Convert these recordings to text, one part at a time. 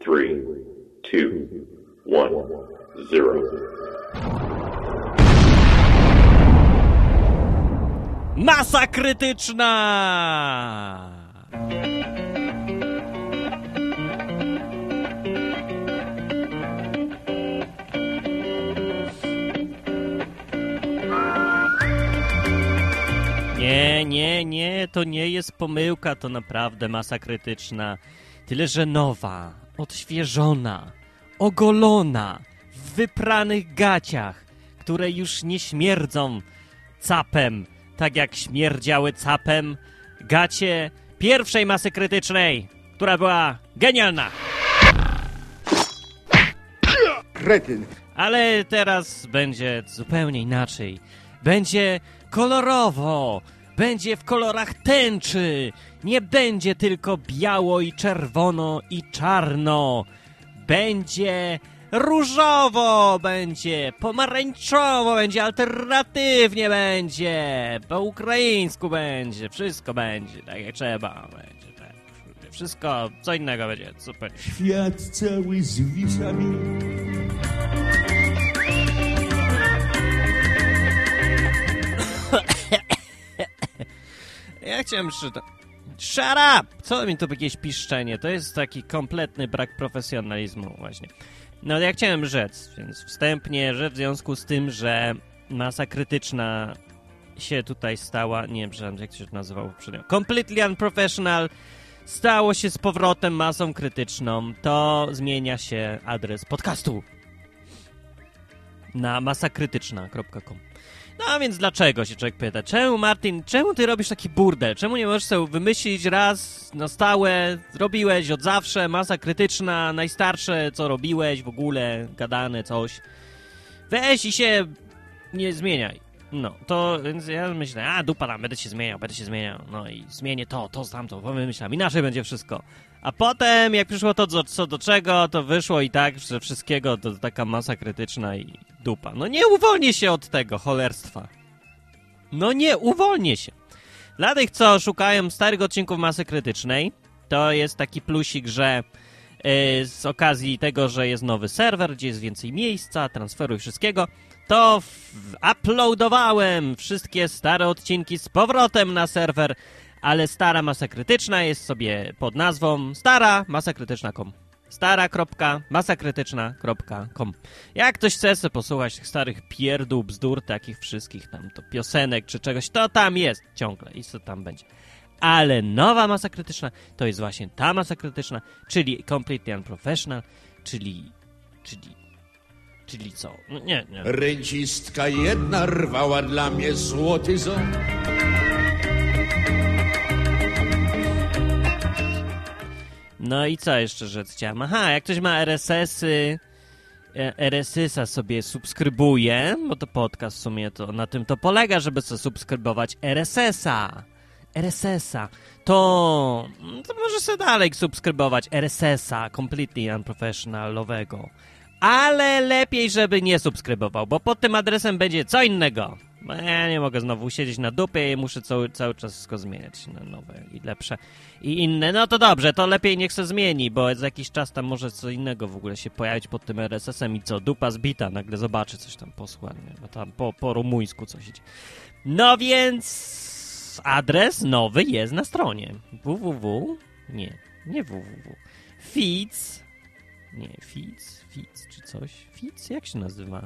3, 2, 1, 0. Masa krytyczna! Nie, to nie jest pomyłka, to naprawdę masa krytyczna. Tyle, że nowa, odświeżona, ogolona, w wypranych gaciach, które już nie śmierdzą capem, tak jak śmierdziały capem gacie pierwszej masy krytycznej, która była genialna. Kretyn. Ale teraz będzie zupełnie inaczej. Będzie kolorowo, będzie w kolorach tęczy. Nie będzie tylko biało i czerwono i czarno. Będzie różowo, będzie pomarańczowo, będzie alternatywnie, będzie po ukraińsku, będzie wszystko będzie tak jak trzeba, będzie tak. Wszystko, co innego będzie, super. Świat cały z wiszami. Ja chciałem shut up! Co mi tu jakieś piszczenie? To jest taki kompletny brak profesjonalizmu właśnie. No ja chciałem rzec, więc wstępnie, że w związku z tym, że masa krytyczna się tutaj stała, nie wiem, jak to się nazywało poprzednio, completely unprofessional, stało się z powrotem masą krytyczną, to zmienia się adres podcastu na masakrytyczna.com. No a więc dlaczego, się człowiek pyta? Czemu, Martin, czemu ty robisz taki burdel? Czemu nie możesz sobie wymyślić raz na stałe, robiłeś od zawsze, masa krytyczna, najstarsze, co robiłeś w ogóle, gadane coś. Weź i się nie zmieniaj. No, to więc ja myślę, dupa tam, będę się zmieniał. No i zmienię to, tamto, wymyślam, inaczej będzie wszystko. A potem, jak przyszło to, co do czego, to wyszło i tak, że wszystkiego to taka masa krytyczna i dupa. No nie uwolnię się od tego cholerstwa. No nie uwolnię się. Dla tych, co szukają starych odcinków masy krytycznej, to jest taki plusik, że z okazji tego, że jest nowy serwer, gdzie jest więcej miejsca, transferu i wszystkiego, to uploadowałem wszystkie stare odcinki z powrotem na serwer, ale stara masa krytyczna jest sobie pod nazwą staramasakrytyczna.com. stara.masakrytyczna.com. Jak ktoś chce sobie posłuchać tych starych pierdół, bzdur, takich wszystkich tam to piosenek czy czegoś, to tam jest ciągle i co tam będzie. Ale nowa masa krytyczna to jest właśnie ta masa krytyczna, czyli completely unprofessional, czyli co? No, nie. Rencistka jedna rwała dla mnie złoty ząb. No i co jeszcze rzec chciałem? Aha, jak ktoś ma RSS-a sobie subskrybuje, bo to podcast w sumie to na tym to polega, żeby sobie subskrybować RSS-a, to może sobie dalej subskrybować RSS-a, completely unprofessionalowego. Ale lepiej, żeby nie subskrybował, bo pod tym adresem będzie co innego. Bo ja nie mogę znowu siedzieć na dupie i muszę cały czas wszystko zmieniać na nowe i lepsze i inne. No to dobrze, to lepiej niech se zmieni, bo za jakiś czas tam może co innego w ogóle się pojawić pod tym RSS-em i co, dupa zbita, nagle zobaczy coś tam posła, nie? Bo tam po rumuńsku coś idzie. No więc adres nowy jest na stronie feeds czy coś? Feeds? Jak się nazywa?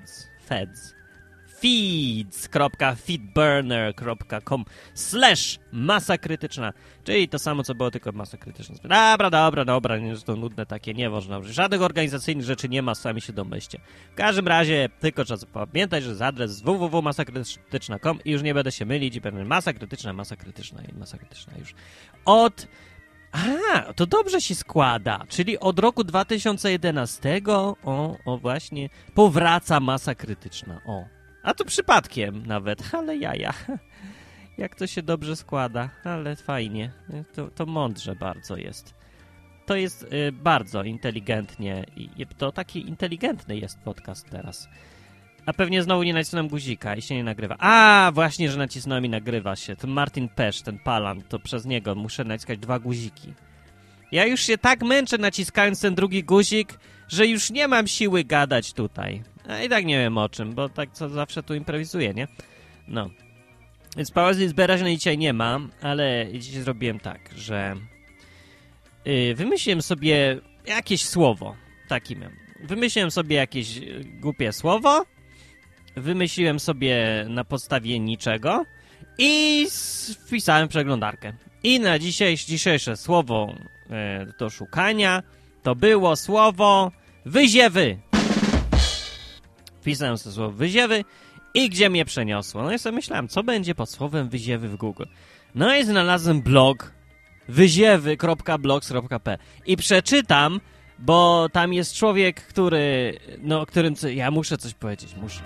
feeds.feedburner.com/masa krytyczna, czyli to samo, co było, tylko masa krytyczna. Dobra, nie, to nudne takie, nie można. Żadnych organizacyjnych rzeczy nie ma, sami się domyślcie. W każdym razie, tylko trzeba pamiętać, że jest adres www.masakrytyczna.com i już nie będę się mylić i będę masa krytyczna już od... to dobrze się składa, czyli od roku 2011 właśnie powraca masa krytyczna, a to przypadkiem nawet, ale jaja, jak to się dobrze składa, ale fajnie, to mądrze bardzo jest. To jest bardzo inteligentnie i to taki inteligentny jest podcast teraz. A pewnie znowu nie nacisnąłem guzika i się nie nagrywa. Właśnie, że nacisnąłem i nagrywa się. To Martin Pesz, ten palan, to przez niego muszę naciskać 2 guziki. Ja już się tak męczę naciskając ten drugi guzik, że już nie mam siły gadać tutaj. A i tak nie wiem o czym, bo tak co zawsze tu improwizuję, nie? No. Więc pauzy zberaźnej dzisiaj nie mam, ale dzisiaj zrobiłem tak, że wymyśliłem sobie jakieś słowo. Taki miałem. Wymyśliłem sobie jakieś głupie słowo, wymyśliłem sobie na podstawie niczego i wpisałem przeglądarkę. I na dzisiejsze słowo do szukania to było słowo wyziewy. Wpisałem sobie słowo wyziewy i gdzie mnie przeniosło? No i sobie myślałem, co będzie pod słowem wyziewy w Google. No i znalazłem blog wyziewy.blogs.pl i przeczytam, bo tam jest człowiek, który, no o którym ja muszę coś powiedzieć, muszę.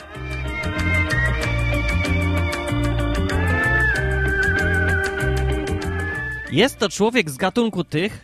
Jest to człowiek z gatunku tych,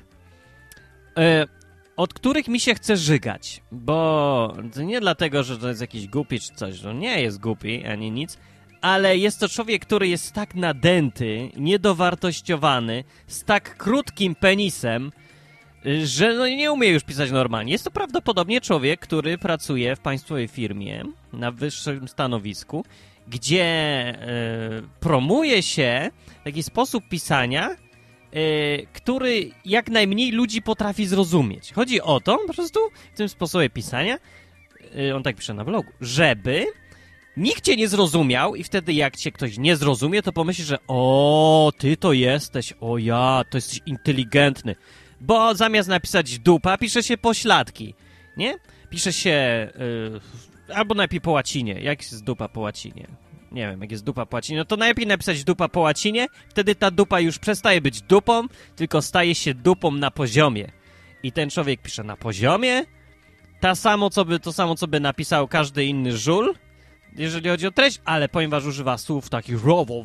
od których mi się chce żygać, bo to nie dlatego, że to jest jakiś głupi czy coś, no nie jest głupi ani nic, ale jest to człowiek, który jest tak nadęty, niedowartościowany, z tak krótkim penisem, że no nie umie już pisać normalnie. Jest to prawdopodobnie człowiek, który pracuje w państwowej firmie na wyższym stanowisku, gdzie promuje się taki sposób pisania, który jak najmniej ludzi potrafi zrozumieć. Chodzi o to, po prostu w tym sposobie pisania, on tak pisze na blogu, żeby nikt cię nie zrozumiał i wtedy jak cię ktoś nie zrozumie, to pomyśli, że o, ty to jesteś, o ja, to jesteś inteligentny. Bo zamiast napisać dupa, pisze się pośladki, nie? Pisze się, albo najpierw po łacinie. Jak jest dupa po łacinie? Nie wiem, jak jest dupa po łacinie, no to najlepiej napisać dupa po łacinie, wtedy ta dupa już przestaje być dupą, tylko staje się dupą na poziomie. I ten człowiek pisze na poziomie, to samo, co by napisał każdy inny żul, jeżeli chodzi o treść, ale ponieważ używa słów takich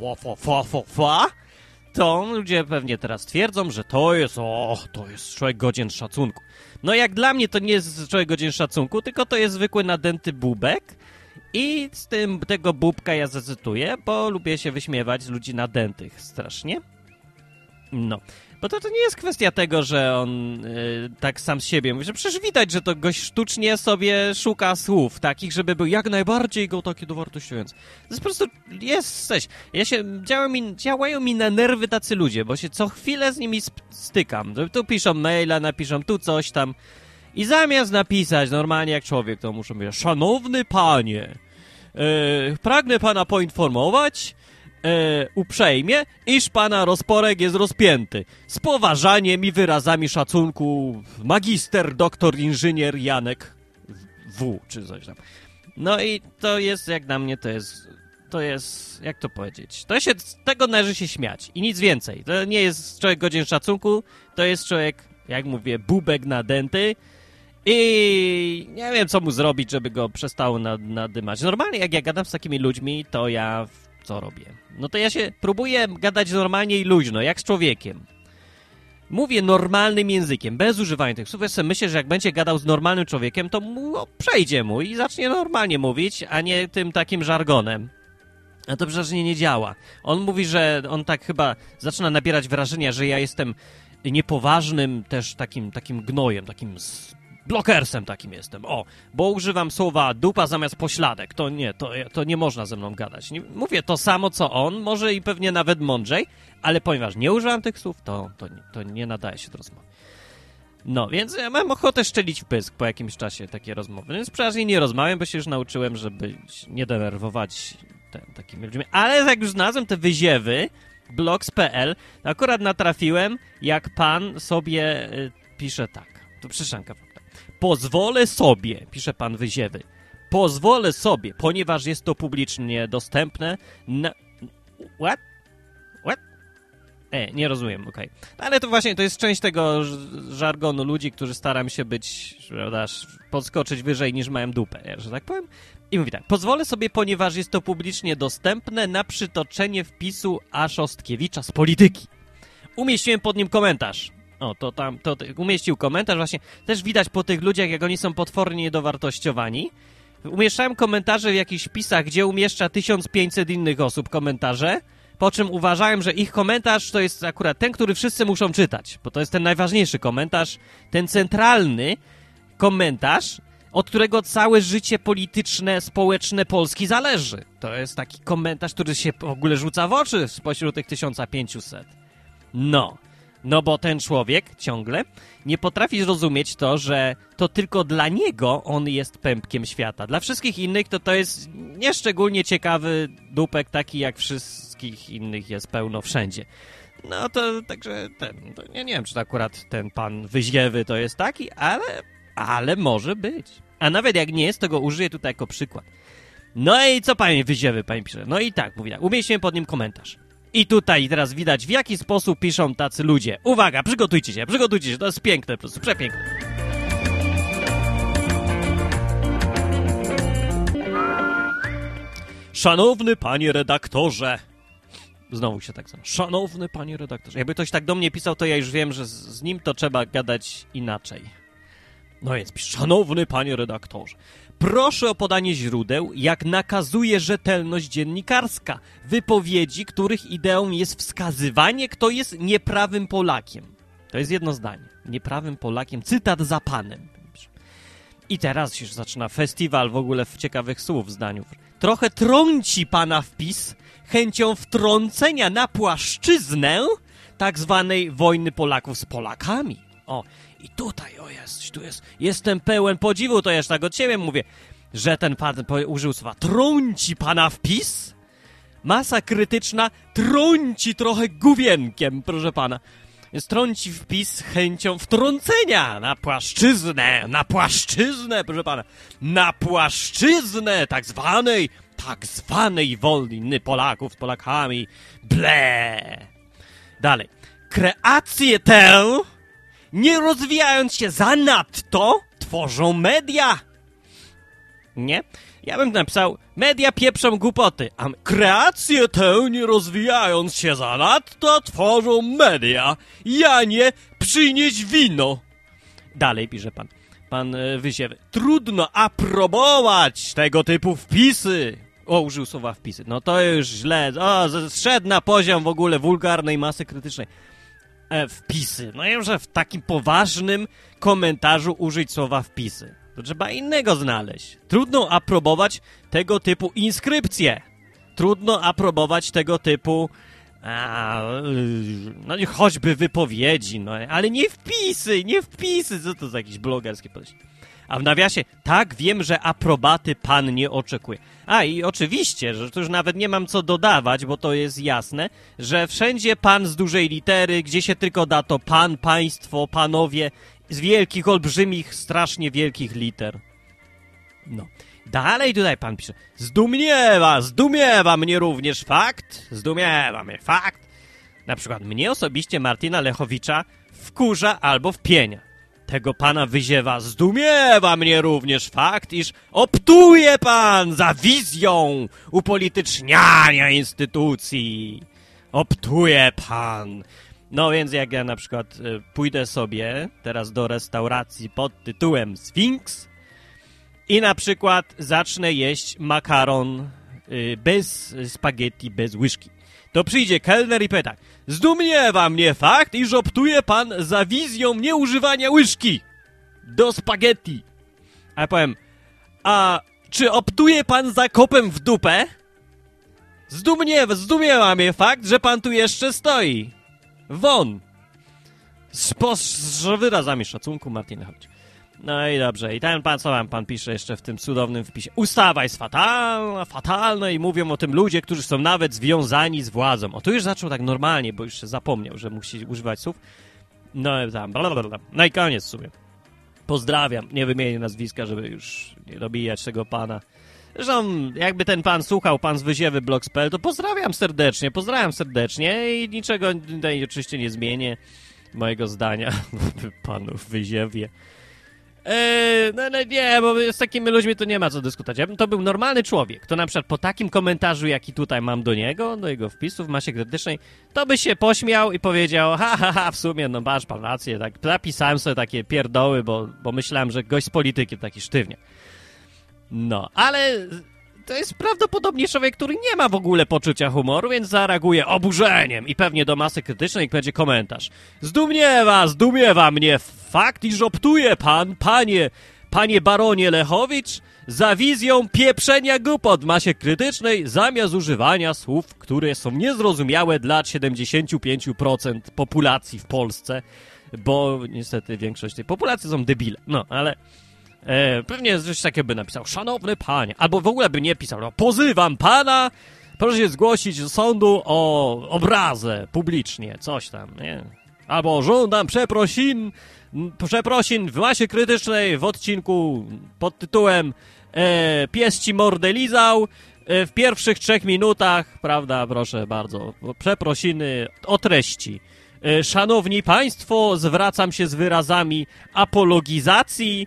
to ludzie pewnie teraz twierdzą, że to jest człowiek godzien szacunku. No jak dla mnie to nie jest człowiek godzien szacunku, tylko to jest zwykły nadęty bubek i tego bubka ja zacytuję, bo lubię się wyśmiewać z ludzi nadętych strasznie. No, bo to nie jest kwestia tego, że on tak sam z siebie mówi, że przecież widać, że to gość sztucznie sobie szuka słów takich, żeby był jak najbardziej go takie dowartościujące. To jest po prostu, działają mi na nerwy tacy ludzie, bo się co chwilę z nimi stykam. Tu piszą maila, napiszą tu coś tam i zamiast napisać normalnie jak człowiek, to muszą mówić, szanowny panie, pragnę pana poinformować, uprzejmie, iż pana rozporek jest rozpięty. Z poważaniem i wyrazami szacunku magister, doktor, inżynier Janek W. czy coś tam. No i to jest, jak na mnie, to jest, jak to powiedzieć, z tego należy się śmiać i nic więcej. To nie jest człowiek godzien szacunku, to jest człowiek, jak mówię, bubek nadęty i nie wiem, co mu zrobić, żeby go przestało nadymać. Normalnie, jak ja gadam z takimi ludźmi, to ja co robię? No to ja się próbuję gadać normalnie i luźno, jak z człowiekiem. Mówię normalnym językiem, bez używania tych słów. Ja sobie myślę, że jak będzie gadał z normalnym człowiekiem, to przejdzie mu i zacznie normalnie mówić, a nie tym takim żargonem. A to przecież nie działa. On mówi, że on tak chyba zaczyna nabierać wrażenia, że ja jestem niepoważnym też takim gnojem, takim blokersem takim jestem. Bo używam słowa dupa zamiast pośladek. To nie można ze mną gadać. Mówię to samo, co on, może i pewnie nawet mądrzej, ale ponieważ nie używam tych słów, to nie nadaje się do rozmowy. No, więc ja mam ochotę szczelić w pysk po jakimś czasie takie rozmowy. Więc przeważnie nie rozmawiam, bo się już nauczyłem, żeby nie denerwować takimi ludźmi. Ale jak już znalazłem te wyziewy, blogs.pl, to akurat natrafiłem, jak pan sobie pisze tak. To przeszanka. Pozwolę sobie, pisze pan wyziewy, pozwolę sobie, ponieważ jest to publicznie dostępne na... What? Nie rozumiem, okej. Ale to właśnie, to jest część tego żargonu ludzi, którzy staram się być, prawda, podskoczyć wyżej niż mają dupę, że tak powiem. I mówi tak, pozwolę sobie, ponieważ jest to publicznie dostępne na przytoczenie wpisu A. Szostkiewicza z Polityki. Umieściłem pod nim komentarz. Umieścił komentarz, właśnie też widać po tych ludziach, jak oni są potwornie niedowartościowani. Umieszczałem komentarze w jakichś wpisach, gdzie umieszcza 1500 innych osób komentarze, po czym uważałem, że ich komentarz to jest akurat ten, który wszyscy muszą czytać, bo to jest ten najważniejszy komentarz, ten centralny komentarz, od którego całe życie polityczne, społeczne Polski zależy. To jest taki komentarz, który się w ogóle rzuca w oczy spośród tych 1500. No bo ten człowiek ciągle nie potrafi zrozumieć to, że to tylko dla niego on jest pępkiem świata. Dla wszystkich innych to jest nieszczególnie ciekawy dupek, taki jak wszystkich innych jest pełno wszędzie. No to także ja nie wiem, czy to akurat ten pan Wyziewy to jest taki, ale może być. A nawet jak nie jest, to go użyję tutaj jako przykład. No i co panie Wyziewy, pani pisze? No i tak, mówi tak, umieściłem pod nim komentarz. I tutaj teraz widać, w jaki sposób piszą tacy ludzie. Uwaga, przygotujcie się, to jest piękne, po prostu przepiękne. Szanowny panie redaktorze. Znowu się tak zna. Szanowny panie redaktorze. Jakby ktoś tak do mnie pisał, to ja już wiem, że z nim to trzeba gadać inaczej. No więc, szanowny panie redaktorze. Proszę o podanie źródeł, jak nakazuje rzetelność dziennikarska, wypowiedzi, których ideą jest wskazywanie, kto jest nieprawym Polakiem. To jest jedno zdanie. Nieprawym Polakiem, cytat za panem. I teraz już zaczyna festiwal w ogóle ciekawych słów w zdaniu. Trochę trąci pana wpis chęcią wtrącenia na płaszczyznę tak zwanej wojny Polaków z Polakami. O, i tutaj, jestem pełen podziwu, to ja tak od ciebie mówię, że ten pan użył słowa trąci pana wpis, masa krytyczna trąci trochę gówienkiem, proszę pana. Jest trąci wpis chęcią wtrącenia na płaszczyznę, proszę pana, na płaszczyznę tak zwanej wojny Polaków z Polakami, Dalej. Kreację tę, nie rozwijając się zanadto, tworzą media. Nie? Ja bym napisał, media pieprzą głupoty, a kreację tę, nie rozwijając się zanadto, tworzą media. Janie, przynieś wino. Dalej pisze pan Wyziewy. Trudno aprobować tego typu wpisy. O, użył słowa wpisy. No to już źle. O, zszedł na poziom w ogóle wulgarnej masy krytycznej. Wpisy. No i że w takim poważnym komentarzu użyć słowa wpisy. To trzeba innego znaleźć. Trudno aprobować tego typu inskrypcje. Trudno aprobować tego typu no choćby wypowiedzi, no ale nie wpisy. Co to za jakieś blogerskie podejście? A w nawiasie, tak, wiem, że aprobaty pan nie oczekuje. A i oczywiście, że to już nawet nie mam co dodawać, bo to jest jasne, że wszędzie pan z dużej litery, gdzie się tylko da, to pan, państwo, panowie, z wielkich, olbrzymich, strasznie wielkich liter. No. Dalej tutaj pan pisze. Zdumiewa mnie również fakt. Zdumiewa mnie fakt. Na przykład mnie osobiście Martina Lechowicza wkurza albo wpienia. Tego pana Wyziewa zdumiewa mnie również fakt, iż optuje pan za wizją upolityczniania instytucji. Optuje pan. No więc jak ja na przykład pójdę sobie teraz do restauracji pod tytułem Sfinks i na przykład zacznę jeść makaron bez spaghetti, bez łyżki, to przyjdzie kelner i powie tak: zdumiewa mnie fakt, iż optuje pan za wizją nieużywania łyżki do spaghetti. A ja powiem: a czy optuje pan za kopem w dupę? Zdumiewa mnie fakt, że pan tu jeszcze stoi. Won! Z wyrazami szacunku, Martin Lechowicz. No i dobrze. I ten pan, co pan pisze jeszcze w tym cudownym wpisie? Ustawa jest fatalna i mówią o tym ludzie, którzy są nawet związani z władzą. O, tu już zaczął tak normalnie, bo już się zapomniał, że musi używać słów. No i tam, blablabla. No i koniec w sumie. Pozdrawiam. Nie wymienię nazwiska, żeby już nie dobijać tego pana. Zresztą, jakby ten pan słuchał, pan z Wyziewy Blogspell, to pozdrawiam serdecznie i niczego tutaj oczywiście nie zmienię mojego zdania panu w Wyziewie. No nie, bo z takimi ludźmi to nie ma co dyskutować. Ja bym to był normalny człowiek, to na przykład po takim komentarzu, jaki tutaj mam do niego, do jego wpisów w masie krytycznej, to by się pośmiał i powiedział: ha, w sumie, no masz pan rację, tak, napisałem sobie takie pierdoły, bo myślałem, że gość z polityki taki sztywnie. No, ale to jest prawdopodobnie człowiek, który nie ma w ogóle poczucia humoru, więc zareaguje oburzeniem i pewnie do masy krytycznej będzie komentarz. Zdumiewa mnie fakt, iż optuje pan, panie baronie Lechowicz, za wizją pieprzenia głupot w masie krytycznej, zamiast używania słów, które są niezrozumiałe dla 75% populacji w Polsce, bo niestety większość tej populacji są debile. No, ale pewnie coś takiego by napisał, szanowny panie, albo w ogóle by nie pisał, no, pozywam pana, proszę się zgłosić do sądu o obrazę publicznie, coś tam, nie? Albo żądam przeprosin w masie krytycznej w odcinku pod tytułem pies ci mordę lizał w pierwszych 3 minutach, prawda, proszę bardzo, przeprosiny o treści. Szanowni państwo, zwracam się z wyrazami apologizacji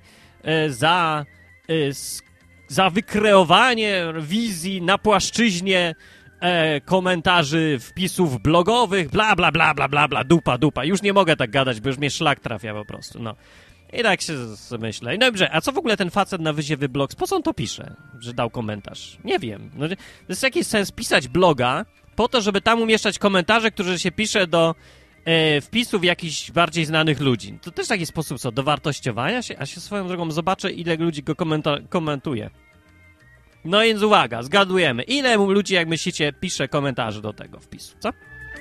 za wykreowanie wizji na płaszczyźnie komentarzy, wpisów blogowych, bla, bla, bla, bla, bla, bla, dupa. Już nie mogę tak gadać, bo już mnie szlak trafia po prostu, no. I tak się myślę. I dobrze, a co w ogóle ten facet na Wyziewy Blogs, po co on to pisze, że dał komentarz? Nie wiem. No, to jest jakiś sens pisać bloga po to, żeby tam umieszczać komentarze, które się pisze do wpisów jakichś bardziej znanych ludzi. To też taki sposób, do wartościowania się, a się swoją drogą zobaczę, ile ludzi go komentuje. No więc uwaga, zgadujemy. Ile ludzi, jak myślicie, pisze komentarze do tego wpisu, co?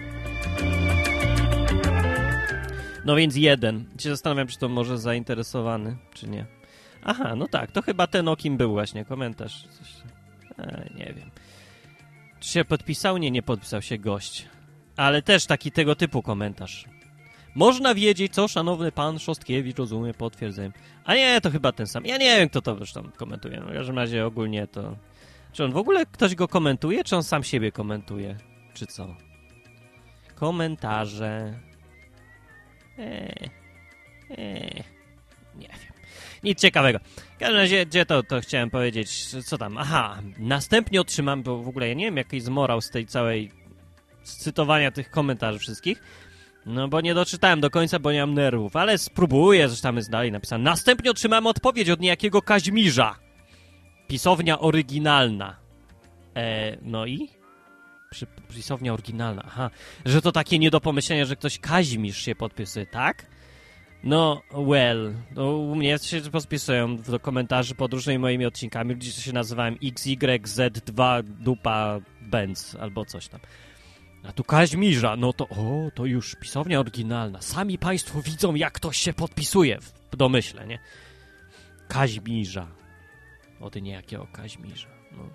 No więc 1. Się zastanawiam, czy to może zainteresowany, czy nie. Aha, no tak, to chyba ten, o kim był właśnie komentarz. Coś... nie wiem. Czy się podpisał? Nie podpisał się gość. Ale też taki tego typu komentarz. Można wiedzieć, co szanowny pan Szostkiewicz rozumie potwierdzeniem. A nie, to chyba ten sam. Ja nie wiem, kto to zresztą komentuje. No, w każdym razie ogólnie to... Czy on w ogóle ktoś go komentuje, czy on sam siebie komentuje? Czy co? Komentarze... Nie wiem. Nic ciekawego. W każdym razie, gdzie to chciałem powiedzieć? Co tam? Aha, następnie otrzymam, bo w ogóle ja nie wiem, jaki zmorał z tej całej... z cytowania tych komentarzy wszystkich. No bo nie doczytałem do końca, bo nie mam nerwów, ale spróbuję, zresztą tam jest dalej napisane. Następnie otrzymałem odpowiedź od niejakiego Kaźmirza. Pisownia oryginalna. No i? Pisownia oryginalna, aha. Że to takie nie do pomyślenia, że ktoś Kazimierz się podpisuje, tak? No, no, u mnie się podpisują do komentarzy pod różnymi moimi odcinkami, gdzie się nazywałem XYZ2 dupa Benz albo coś tam. A tu Kaźmirza, no to, to już pisownia oryginalna. Sami państwo widzą, jak ktoś się podpisuje w domyśle, nie? Kaźmirza. Ty niejakiego Kaźmirza, no.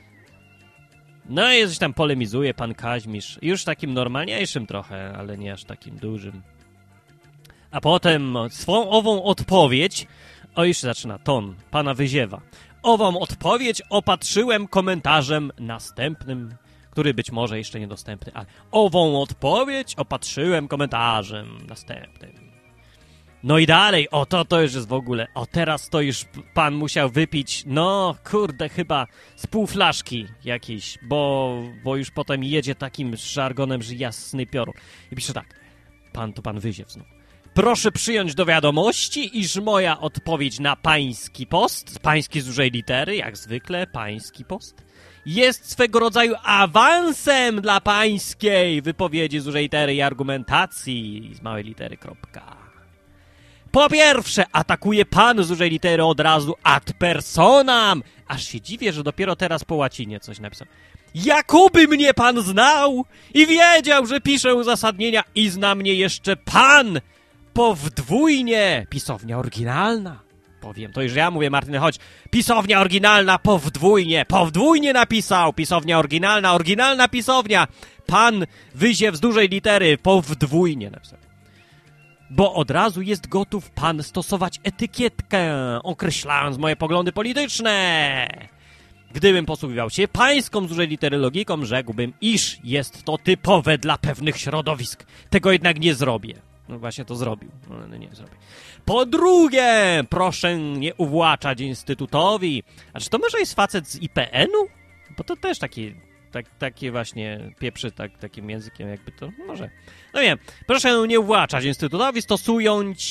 No i coś tam polemizuje pan Kaźmirz. Już takim normalniejszym trochę, ale nie aż takim dużym. A potem ową odpowiedź... już zaczyna ton pana Wyziewa. Ową odpowiedź opatrzyłem komentarzem następnym, który być może jeszcze niedostępny, ale ową odpowiedź opatrzyłem komentarzem następnym. No i dalej, to już jest w ogóle, teraz to już pan musiał wypić, no kurde, chyba z pół flaszki jakiejś, bo już potem jedzie takim żargonem, że jasny piorun. I pisze tak, pan Wyziew znów. Proszę przyjąć do wiadomości, iż moja odpowiedź na pański post, pański z dużej litery, jak zwykle, pański post, jest swego rodzaju awansem dla pańskiej wypowiedzi z dużej litery i argumentacji z małej litery, kropka. Po pierwsze, atakuje pan z dużej litery od razu ad personam. Aż się dziwię, że dopiero teraz po łacinie coś napisał. Jakoby mnie pan znał i wiedział, że piszę uzasadnienia i zna mnie jeszcze pan. Podwójnie. Pisownia oryginalna. Powiem, to już ja mówię, Martin, chodź. Pisownia oryginalna podwójnie napisał. Pisownia oryginalna, oryginalna pisownia. Pan Wyziew z dużej litery podwójnie napisał. Bo od razu jest gotów pan stosować etykietkę, określając moje poglądy polityczne. Gdybym posługiwał się pańską z dużej litery logiką, rzekłbym, iż jest to typowe dla pewnych środowisk. Tego jednak nie zrobię. No właśnie to zrobił. No nie zrobię. Po drugie, proszę nie uwłaczać instytutowi. A czy to może jest facet z IPN-u? Bo to też takie właśnie pieprzy takim językiem jakby to, może. No wiem, proszę nie uwłaczać instytutowi, stosując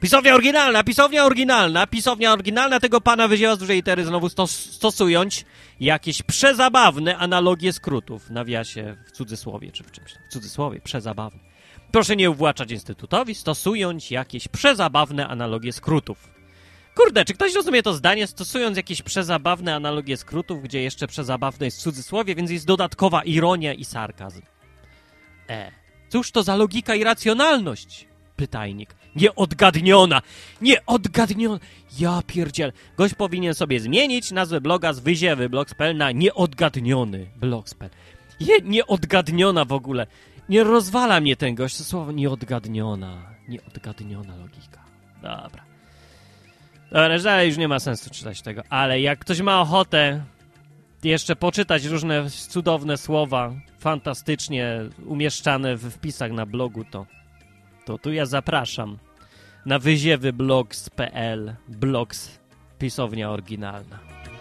Pisownia oryginalna tego pana Wyziewa z dużej litery znowu stosując jakieś przezabawne analogie skrótów. W nawiasie, w cudzysłowie, czy w czymś. W cudzysłowie, przezabawne. Proszę nie uwłaczać Instytutowi, stosując jakieś przezabawne analogie skrótów. Kurde, czy ktoś rozumie to zdanie, stosując jakieś przezabawne analogie skrótów, gdzie jeszcze przezabawne jest w cudzysłowie, więc jest dodatkowa ironia i sarkazm. Cóż to za logika i racjonalność? Pytajnik. Nieodgadniona. Ja pierdziel. Gość powinien sobie zmienić nazwę bloga z Wyziewy blogspell na nieodgadniony blogspell. Nieodgadniona w ogóle. Nie rozwala mnie ten gość. To słowo nieodgadniona. Nieodgadniona logika. Dobra, dalej już nie ma sensu czytać tego. Ale jak ktoś ma ochotę jeszcze poczytać różne cudowne słowa, fantastycznie umieszczane w wpisach na blogu, to tu ja zapraszam na wyziewyblogs.pl, blogs, pisownia oryginalna.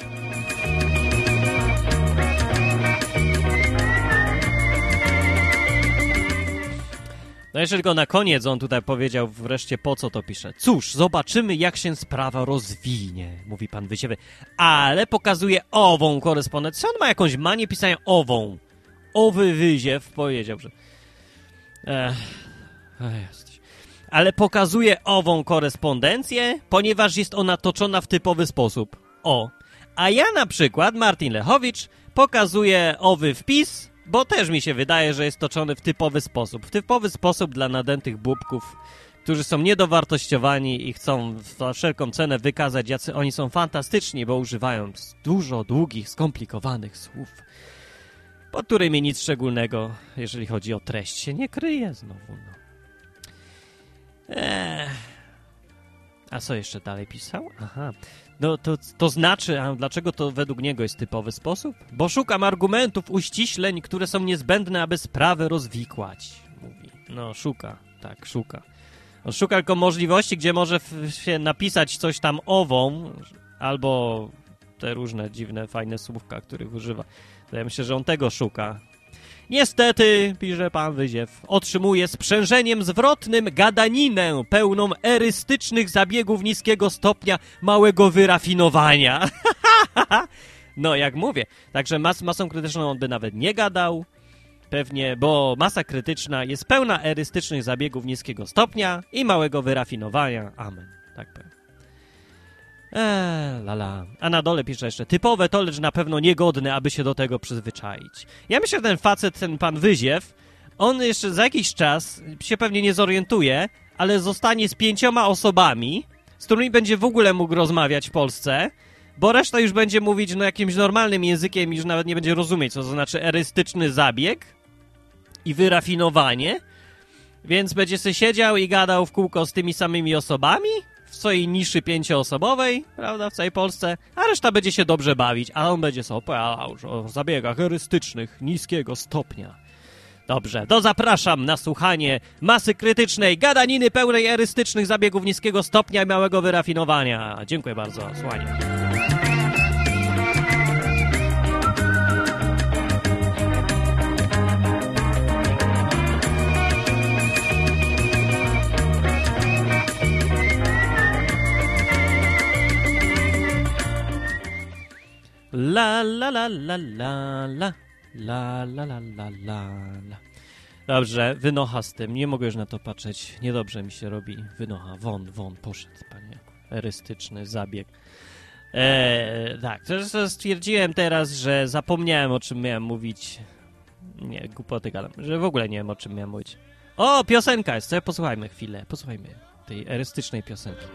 No jeszcze tylko na koniec on tutaj powiedział wreszcie, po co to pisze. Cóż, zobaczymy, jak się sprawa rozwinie, mówi pan Wyziewy, ale pokazuje ową korespondencję. On ma jakąś manię pisania ową. Owy Wyziew powiedział, że... Ale pokazuje ową korespondencję, ponieważ jest ona toczona w typowy sposób. A ja na przykład, Martin Lechowicz, pokazuję owy wpis, bo też mi się wydaje, że jest toczony w typowy sposób. W typowy sposób dla nadętych bubków, którzy są niedowartościowani i chcą za wszelką cenę wykazać, jacy oni są fantastyczni, bo używają dużo długich, skomplikowanych słów, pod którymi nic szczególnego, jeżeli chodzi o treść, się nie kryje znowu. A co jeszcze dalej pisał? Aha. No to znaczy, a dlaczego to według niego jest typowy sposób? Bo szukam argumentów, uściśleń, które są niezbędne, aby sprawę rozwikłać, mówi. No, szuka. On szuka tylko możliwości, gdzie może się napisać coś tam ową, albo te różne dziwne, fajne słówka, których używa. To ja myślę, że on tego szuka. Niestety, pisze pan Wyziew, otrzymuje sprzężeniem zwrotnym gadaninę pełną erystycznych zabiegów niskiego stopnia małego wyrafinowania. No, jak mówię. Także masą krytyczną on by nawet nie gadał. Pewnie, bo masa krytyczna jest pełna erystycznych zabiegów niskiego stopnia i małego wyrafinowania. Amen. Tak powiem. Lala. A na dole pisze jeszcze, typowe to, lecz na pewno niegodne, aby się do tego przyzwyczaić. Ja myślę, że ten facet, ten pan Wyziew, on jeszcze za jakiś czas się pewnie nie zorientuje, ale zostanie z 5 osobami, z którymi będzie w ogóle mógł rozmawiać w Polsce, bo reszta już będzie mówić jakimś normalnym językiem i już nawet nie będzie rozumieć, co to znaczy erystyczny zabieg i wyrafinowanie, więc będzie sobie siedział i gadał w kółko z tymi samymi osobami, w swojej niszy 5-osobowej, prawda, w całej Polsce, a reszta będzie się dobrze bawić, a on będzie sobie opowiadał o zabiegach erystycznych niskiego stopnia. Dobrze, to zapraszam na słuchanie masy krytycznej, gadaniny pełnej erystycznych zabiegów niskiego stopnia i małego wyrafinowania. Dziękuję bardzo, słuchanie. La la la la la la la la la la la. Dobrze, wynocha z tym. Nie mogę już na to patrzeć. Niedobrze mi się robi. Wynocha. Won, poszedł, panie. Erystyczny zabieg. Tak, to stwierdziłem teraz, że zapomniałem, o czym miałem mówić. Nie, głupoty gadam. Że w ogóle nie wiem, o czym miałem mówić. O, piosenka jest. Posłuchajmy chwilę. Posłuchajmy tej erystycznej piosenki.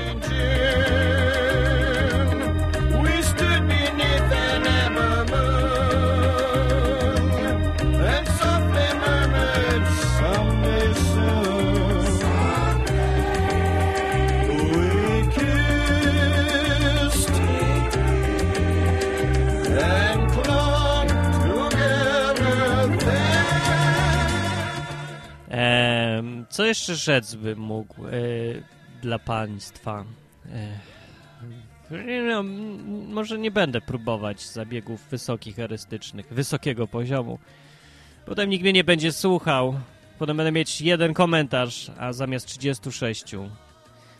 Co jeszcze rzec bym mógł dla państwa? No, może nie będę próbować zabiegów wysokich, erystycznych, wysokiego poziomu. Potem nikt mnie nie będzie słuchał. Potem będę mieć 1 komentarz, a zamiast 36.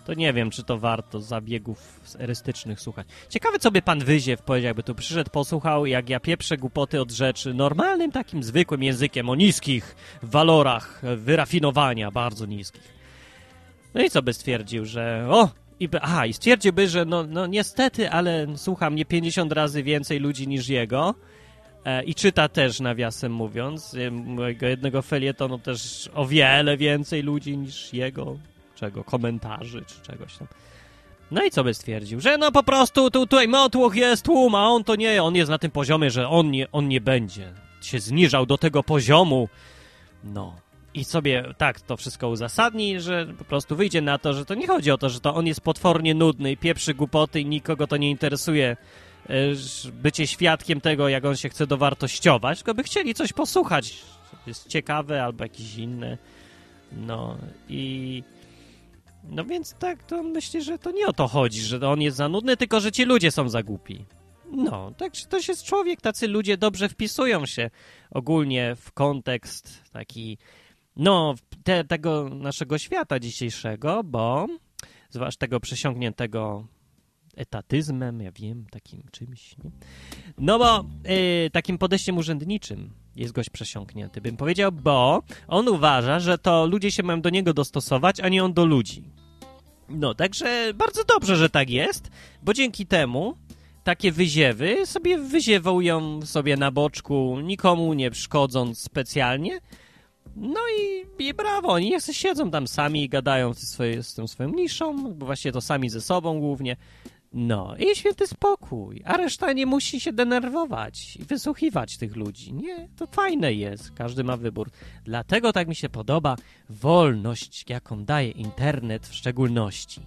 to nie wiem, czy to warto zabiegów erystycznych słuchać. Ciekawe, co by pan Wyziew powiedział, jakby tu przyszedł, posłuchał, jak ja pieprzę głupoty od rzeczy normalnym, takim zwykłym językiem, o niskich walorach wyrafinowania, bardzo niskich. No i co by stwierdził, że i stwierdziłby, że no niestety, ale słucha mnie 50 razy więcej ludzi niż jego i czyta też, nawiasem mówiąc, mojego jednego felietonu też o wiele więcej ludzi niż jego, komentarzy czy czegoś tam. No i co by stwierdził, że no po prostu tutaj motłoch jest tłum, a on to nie, on jest na tym poziomie, że on nie będzie się zniżał do tego poziomu, no. I sobie tak to wszystko uzasadni, że po prostu wyjdzie na to, że to nie chodzi o to, że to on jest potwornie nudny i pieprzy głupoty i nikogo to nie interesuje bycie świadkiem tego, jak on się chce dowartościować, tylko by chcieli coś posłuchać, jest ciekawe albo jakieś inne. No i... No więc tak, to myślę, że to nie o to chodzi, że on jest za nudny, tylko że ci ludzie są za głupi. No, także to jest człowiek, tacy ludzie dobrze wpisują się ogólnie w kontekst taki... No, tego naszego świata dzisiejszego, bo zwłaszcza tego przesiąkniętego etatyzmem, ja wiem, takim czymś, nie? No bo takim podejściem urzędniczym jest gość przesiąknięty, bym powiedział, bo on uważa, że to ludzie się mają do niego dostosować, a nie on do ludzi. No, także bardzo dobrze, że tak jest, bo dzięki temu takie wyziewy sobie wyziewują sobie na boczku, nikomu nie szkodząc specjalnie. No i brawo, oni niech siedzą tam sami i gadają z tą swoją niszą, bo właściwie to sami ze sobą głównie. No i święty spokój, a reszta nie musi się denerwować i wysłuchiwać tych ludzi. Nie, to fajne jest, każdy ma wybór. Dlatego tak mi się podoba wolność, jaką daje internet w szczególności.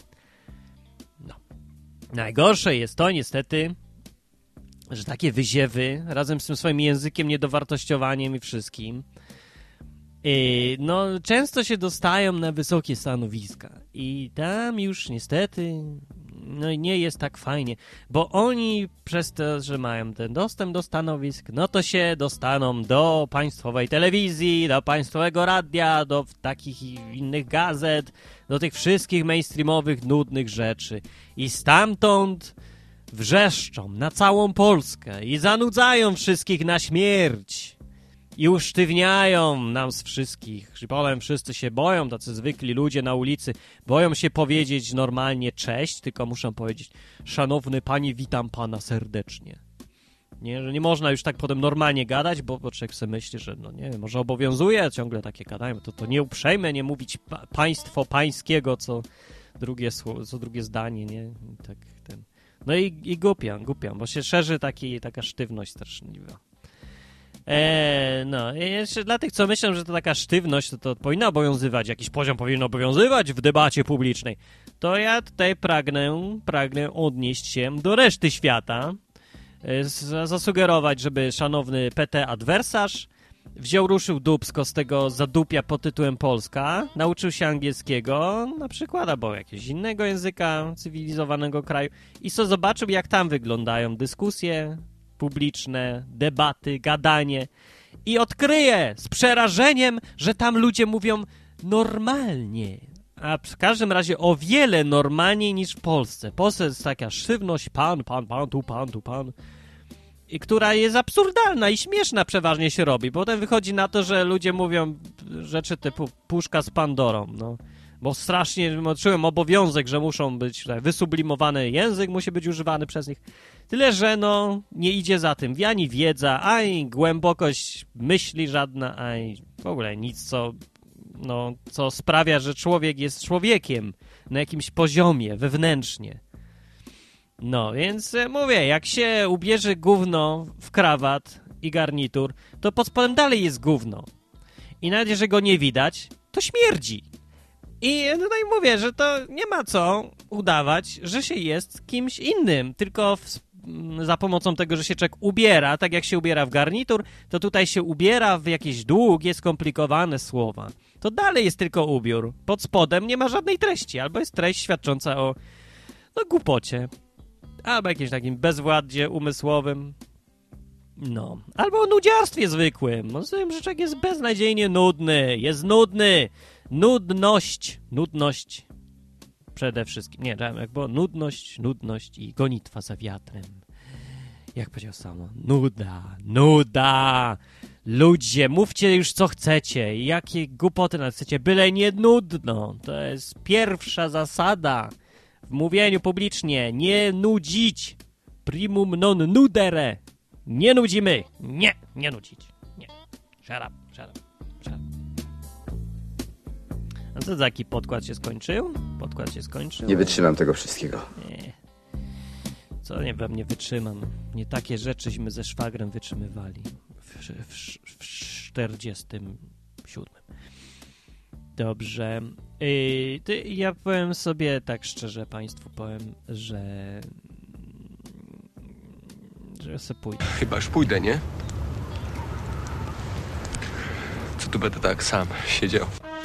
No. Najgorsze jest to niestety, że takie wyziewy razem z tym swoim językiem, niedowartościowaniem i wszystkim no, często się dostają na wysokie stanowiska i tam już niestety no nie jest tak fajnie, bo oni przez to, że mają ten dostęp do stanowisk, no to się dostaną do państwowej telewizji, do państwowego radia, do takich innych gazet, do tych wszystkich mainstreamowych, nudnych rzeczy i stamtąd wrzeszczą na całą Polskę i zanudzają wszystkich na śmierć. I usztywniają nas wszystkich. Potem wszyscy się boją, tacy zwykli ludzie na ulicy, boją się powiedzieć normalnie cześć, tylko muszą powiedzieć szanowny panie, witam pana serdecznie. Nie, że nie można już tak potem normalnie gadać, bo człowiek sobie myśli, że no nie wiem, może obowiązuje, ciągle takie gadają, to nie uprzejme nie mówić państwo pańskiego, co drugie zdanie, nie? Tak, No i głupiam, bo się szerzy taka sztywność straszliwa. No, i jeszcze dla tych, co myślą, że to taka sztywność, to powinna obowiązywać, jakiś poziom powinien obowiązywać w debacie publicznej, to ja tutaj pragnę odnieść się do reszty świata, zasugerować, żeby szanowny PT adwersarz ruszył dupsko z tego zadupia pod tytułem Polska, nauczył się angielskiego na przykład, albo jakiegoś innego języka cywilizowanego kraju i zobaczył, jak tam wyglądają dyskusje publiczne, debaty, gadanie i odkryje z przerażeniem, że tam ludzie mówią normalnie, a w każdym razie o wiele normalniej niż w Polsce. W Polsce jest taka sztywność, pan, tu pan, i która jest absurdalna i śmieszna przeważnie się robi. Potem wychodzi na to, że ludzie mówią rzeczy typu puszka z Pandorą, no. Bo strasznie czułem obowiązek, że muszą być wysublimowany język, musi być używany przez nich. Tyle, że no nie idzie za tym ani wiedza, ani głębokość myśli żadna, ani w ogóle nic, co sprawia, że człowiek jest człowiekiem na jakimś poziomie, wewnętrznie. No, więc mówię, jak się ubierze gówno w krawat i garnitur, to pod spodem dalej jest gówno. I nawet jeżeli go nie widać, to śmierdzi. I tutaj mówię, że to nie ma co udawać, że się jest kimś innym, tylko za pomocą tego, że się człowiek ubiera, tak jak się ubiera w garnitur, to tutaj się ubiera w jakieś długie, skomplikowane słowa. To dalej jest tylko ubiór. Pod spodem nie ma żadnej treści, albo jest treść świadcząca o głupocie, albo jakimś takim bezwładzie umysłowym, no, albo o nudziarstwie zwykłym. Rozumiem, że człowiek jest beznadziejnie nudny, jest nudny. Nudność przede wszystkim. Nie, jak było nudność i gonitwa za wiatrem. Jak powiedział samo, nuda. Ludzie, mówcie już co chcecie, jakie głupoty nas chcecie, byle nie nudno. To jest pierwsza zasada w mówieniu publicznie. Nie nudzić. Primum non nudere. Nie nudzimy. Nie nudzić. Nie. Shut up. A co za jaki podkład się skończył? Nie wytrzymam tego wszystkiego. Nie. Co nie wytrzymam. Nie takie rzeczyśmy ze szwagrem wytrzymywali w 47. Dobrze. Ja powiem sobie tak szczerze, państwu powiem, że se pójdę. Chyba już pójdę, nie? Co tu będę tak sam siedział?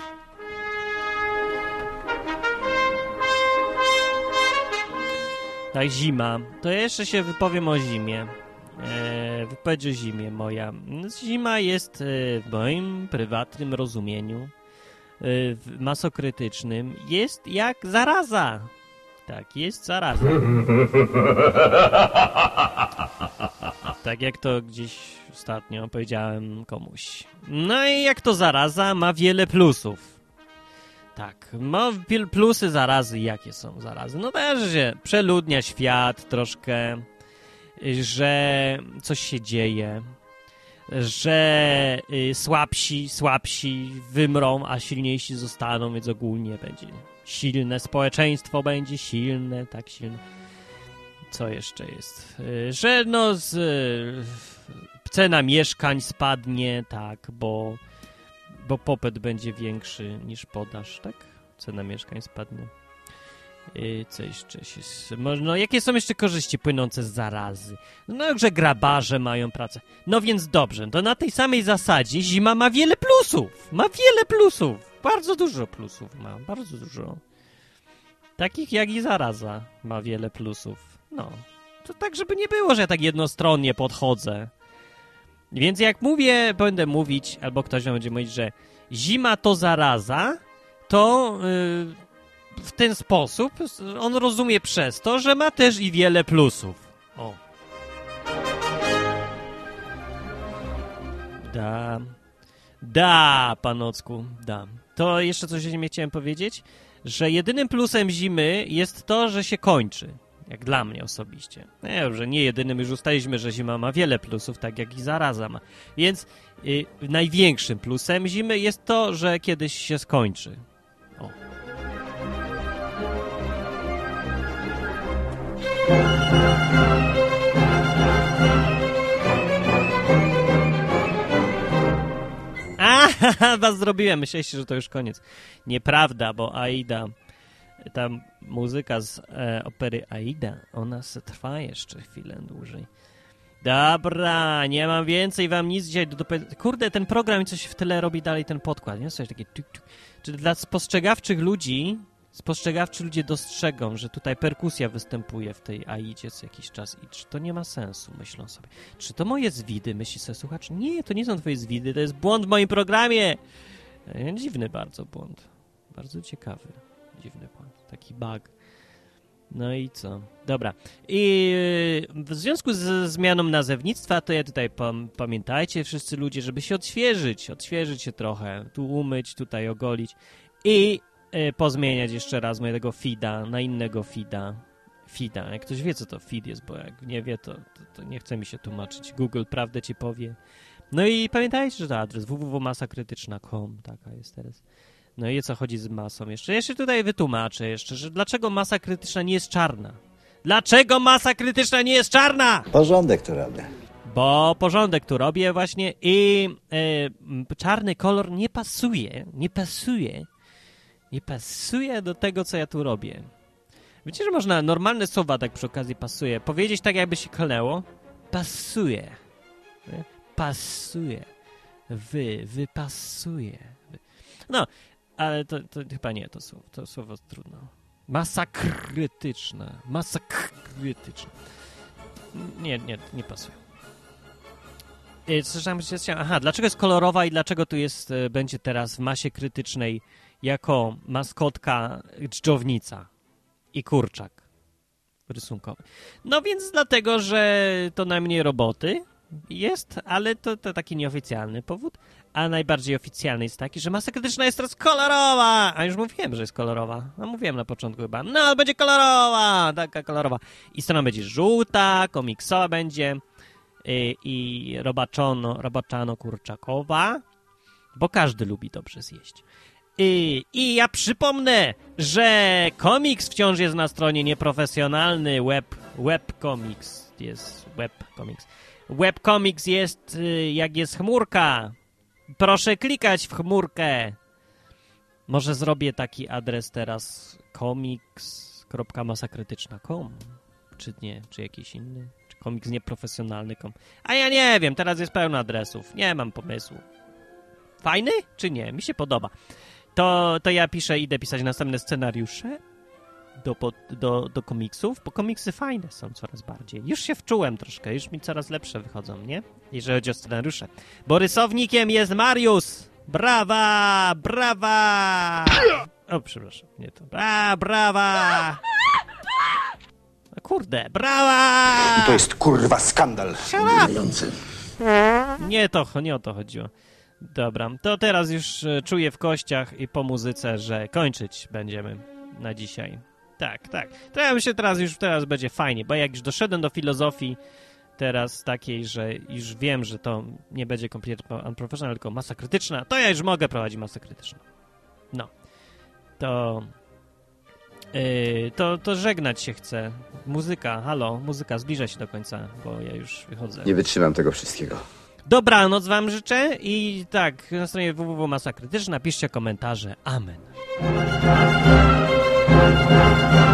Tak, zima. To jeszcze się wypowiem o zimie. Wypowiedź o zimie moja. Zima jest w moim prywatnym rozumieniu, masokrytycznym, jest jak zaraza. Tak, jest zaraza. Tak jak to gdzieś ostatnio powiedziałem komuś. No i jak to zaraza, ma wiele plusów. Tak, ma plusy zarazy. Jakie są zarazy? No też, że przeludnia świat troszkę, że coś się dzieje, że słabsi wymrą, a silniejsi zostaną, więc ogólnie będzie silne, społeczeństwo będzie silne, tak silne. Co jeszcze jest? Że cena mieszkań spadnie, tak, bo popyt będzie większy niż podaż, tak? Cena mieszkań spadnie. Co jeszcze no, jakie są jeszcze korzyści płynące z zarazy? No, że grabarze mają pracę. No więc dobrze, to na tej samej zasadzie zima ma wiele plusów. Bardzo dużo plusów ma, bardzo dużo. Takich jak i zaraza ma wiele plusów. No, to tak, żeby nie było, że ja tak jednostronnie podchodzę. Więc jak będę mówić, albo ktoś będzie mówić, że zima to zaraza, to w ten sposób on rozumie przez to, że ma też i wiele plusów. O. Da, panocku, da. To jeszcze coś nie chciałem powiedzieć, że jedynym plusem zimy jest to, że się kończy. Jak dla mnie osobiście. Że nie jedynym, już ustaliliśmy, że zima ma wiele plusów, tak jak i zaraza ma. Więc największym plusem zimy jest to, że kiedyś się skończy. O. Was zrobiłem. Myśleliście, że to już koniec. Nieprawda, bo Aida... Ta muzyka z opery Aida, ona se trwa jeszcze chwilę dłużej. Dobra, nie mam więcej wam nic dzisiaj do powiedzenia. Kurde, ten program coś w tyle robi dalej ten podkład, nie? Coś takie tuk, tuk. Czy dla spostrzegawczych ludzie dostrzegą, że tutaj perkusja występuje w tej Aidzie co jakiś czas i czy to nie ma sensu, myślą sobie. Czy to moje zwidy, myśli sobie słuchacz? Nie, to nie są twoje zwidy, to jest błąd w moim programie. Dziwny bardzo błąd. Bardzo ciekawy. Dziwny błąd. Taki bug. No i co? Dobra. I w związku z zmianą nazewnictwa, to ja tutaj pamiętajcie wszyscy ludzie, żeby się odświeżyć się trochę, tu umyć, tutaj ogolić i pozmieniać jeszcze raz mojego feeda na innego feeda. Jak ktoś wie, co to feed jest, bo jak nie wie, to nie chce mi się tłumaczyć. Google prawdę ci powie. No i pamiętajcie, że to adres www.masakrytyczna.com, taka jest teraz. No i o co chodzi z masą? Jeszcze tutaj wytłumaczę jeszcze, że dlaczego masa krytyczna nie jest czarna. Dlaczego masa krytyczna nie jest czarna? Porządek tu robię. Bo porządek tu robię właśnie i czarny kolor nie pasuje do tego, co ja tu robię. Wiecie, że można normalne słowa tak przy okazji pasuje. Powiedzieć tak, jakby się klnęło. Pasuje. Wypasuje. No, ale to chyba nie, to słowo trudno. Masa krytyczna. Nie pasuje. Aha, dlaczego jest kolorowa i dlaczego tu będzie teraz w masie krytycznej jako maskotka dżdżownica? i kurczak rysunkowy. No więc dlatego, że to najmniej roboty jest, ale to taki nieoficjalny powód, a najbardziej oficjalny jest taki, że Masa Krytyczna jest teraz kolorowa, a już mówiłem, że jest kolorowa, no mówiłem na początku chyba, no będzie kolorowa, taka kolorowa i strona będzie żółta, komiksowa będzie i robaczano kurczakowa, bo każdy lubi dobrze zjeść. I ja przypomnę, że komiks wciąż jest na stronie nieprofesjonalny, webcomics jest webcomics. Webcomics jest, jak jest chmurka. Proszę klikać w chmurkę. Może zrobię taki adres teraz comics.masakrytyczna.com czy nie, czy jakiś inny, czy komiks nieprofesjonalny.com. A ja nie wiem, teraz jest pełno adresów, nie mam pomysłu. Fajny czy nie? Mi się podoba. To ja idę pisać następne scenariusze do komiksów, bo komiksy fajne są coraz bardziej. Już się wczułem troszkę, już mi coraz lepsze wychodzą, nie? Jeżeli chodzi o scenariusze. Bo rysownikiem jest Mariusz! Brawa! Brawa! O, przepraszam, nie to. Brawa! O, kurde, brawa! To jest kurwa skandal. Nie o to chodziło. Dobra, to teraz już czuję w kościach i po muzyce, że kończyć będziemy na dzisiaj. Tak. To ja myślę, teraz będzie fajnie, bo jak już doszedłem do filozofii teraz takiej, że już wiem, że to nie będzie completely unprofessional, tylko Masa Krytyczna, to ja już mogę prowadzić Masę Krytyczną. No. To żegnać się chcę. Muzyka, halo, muzyka zbliża się do końca, bo ja już wychodzę. Nie wytrzymam tego wszystkiego. Dobranoc wam życzę i tak, na stronie www.masakrytyczna piszcie komentarze. Amen.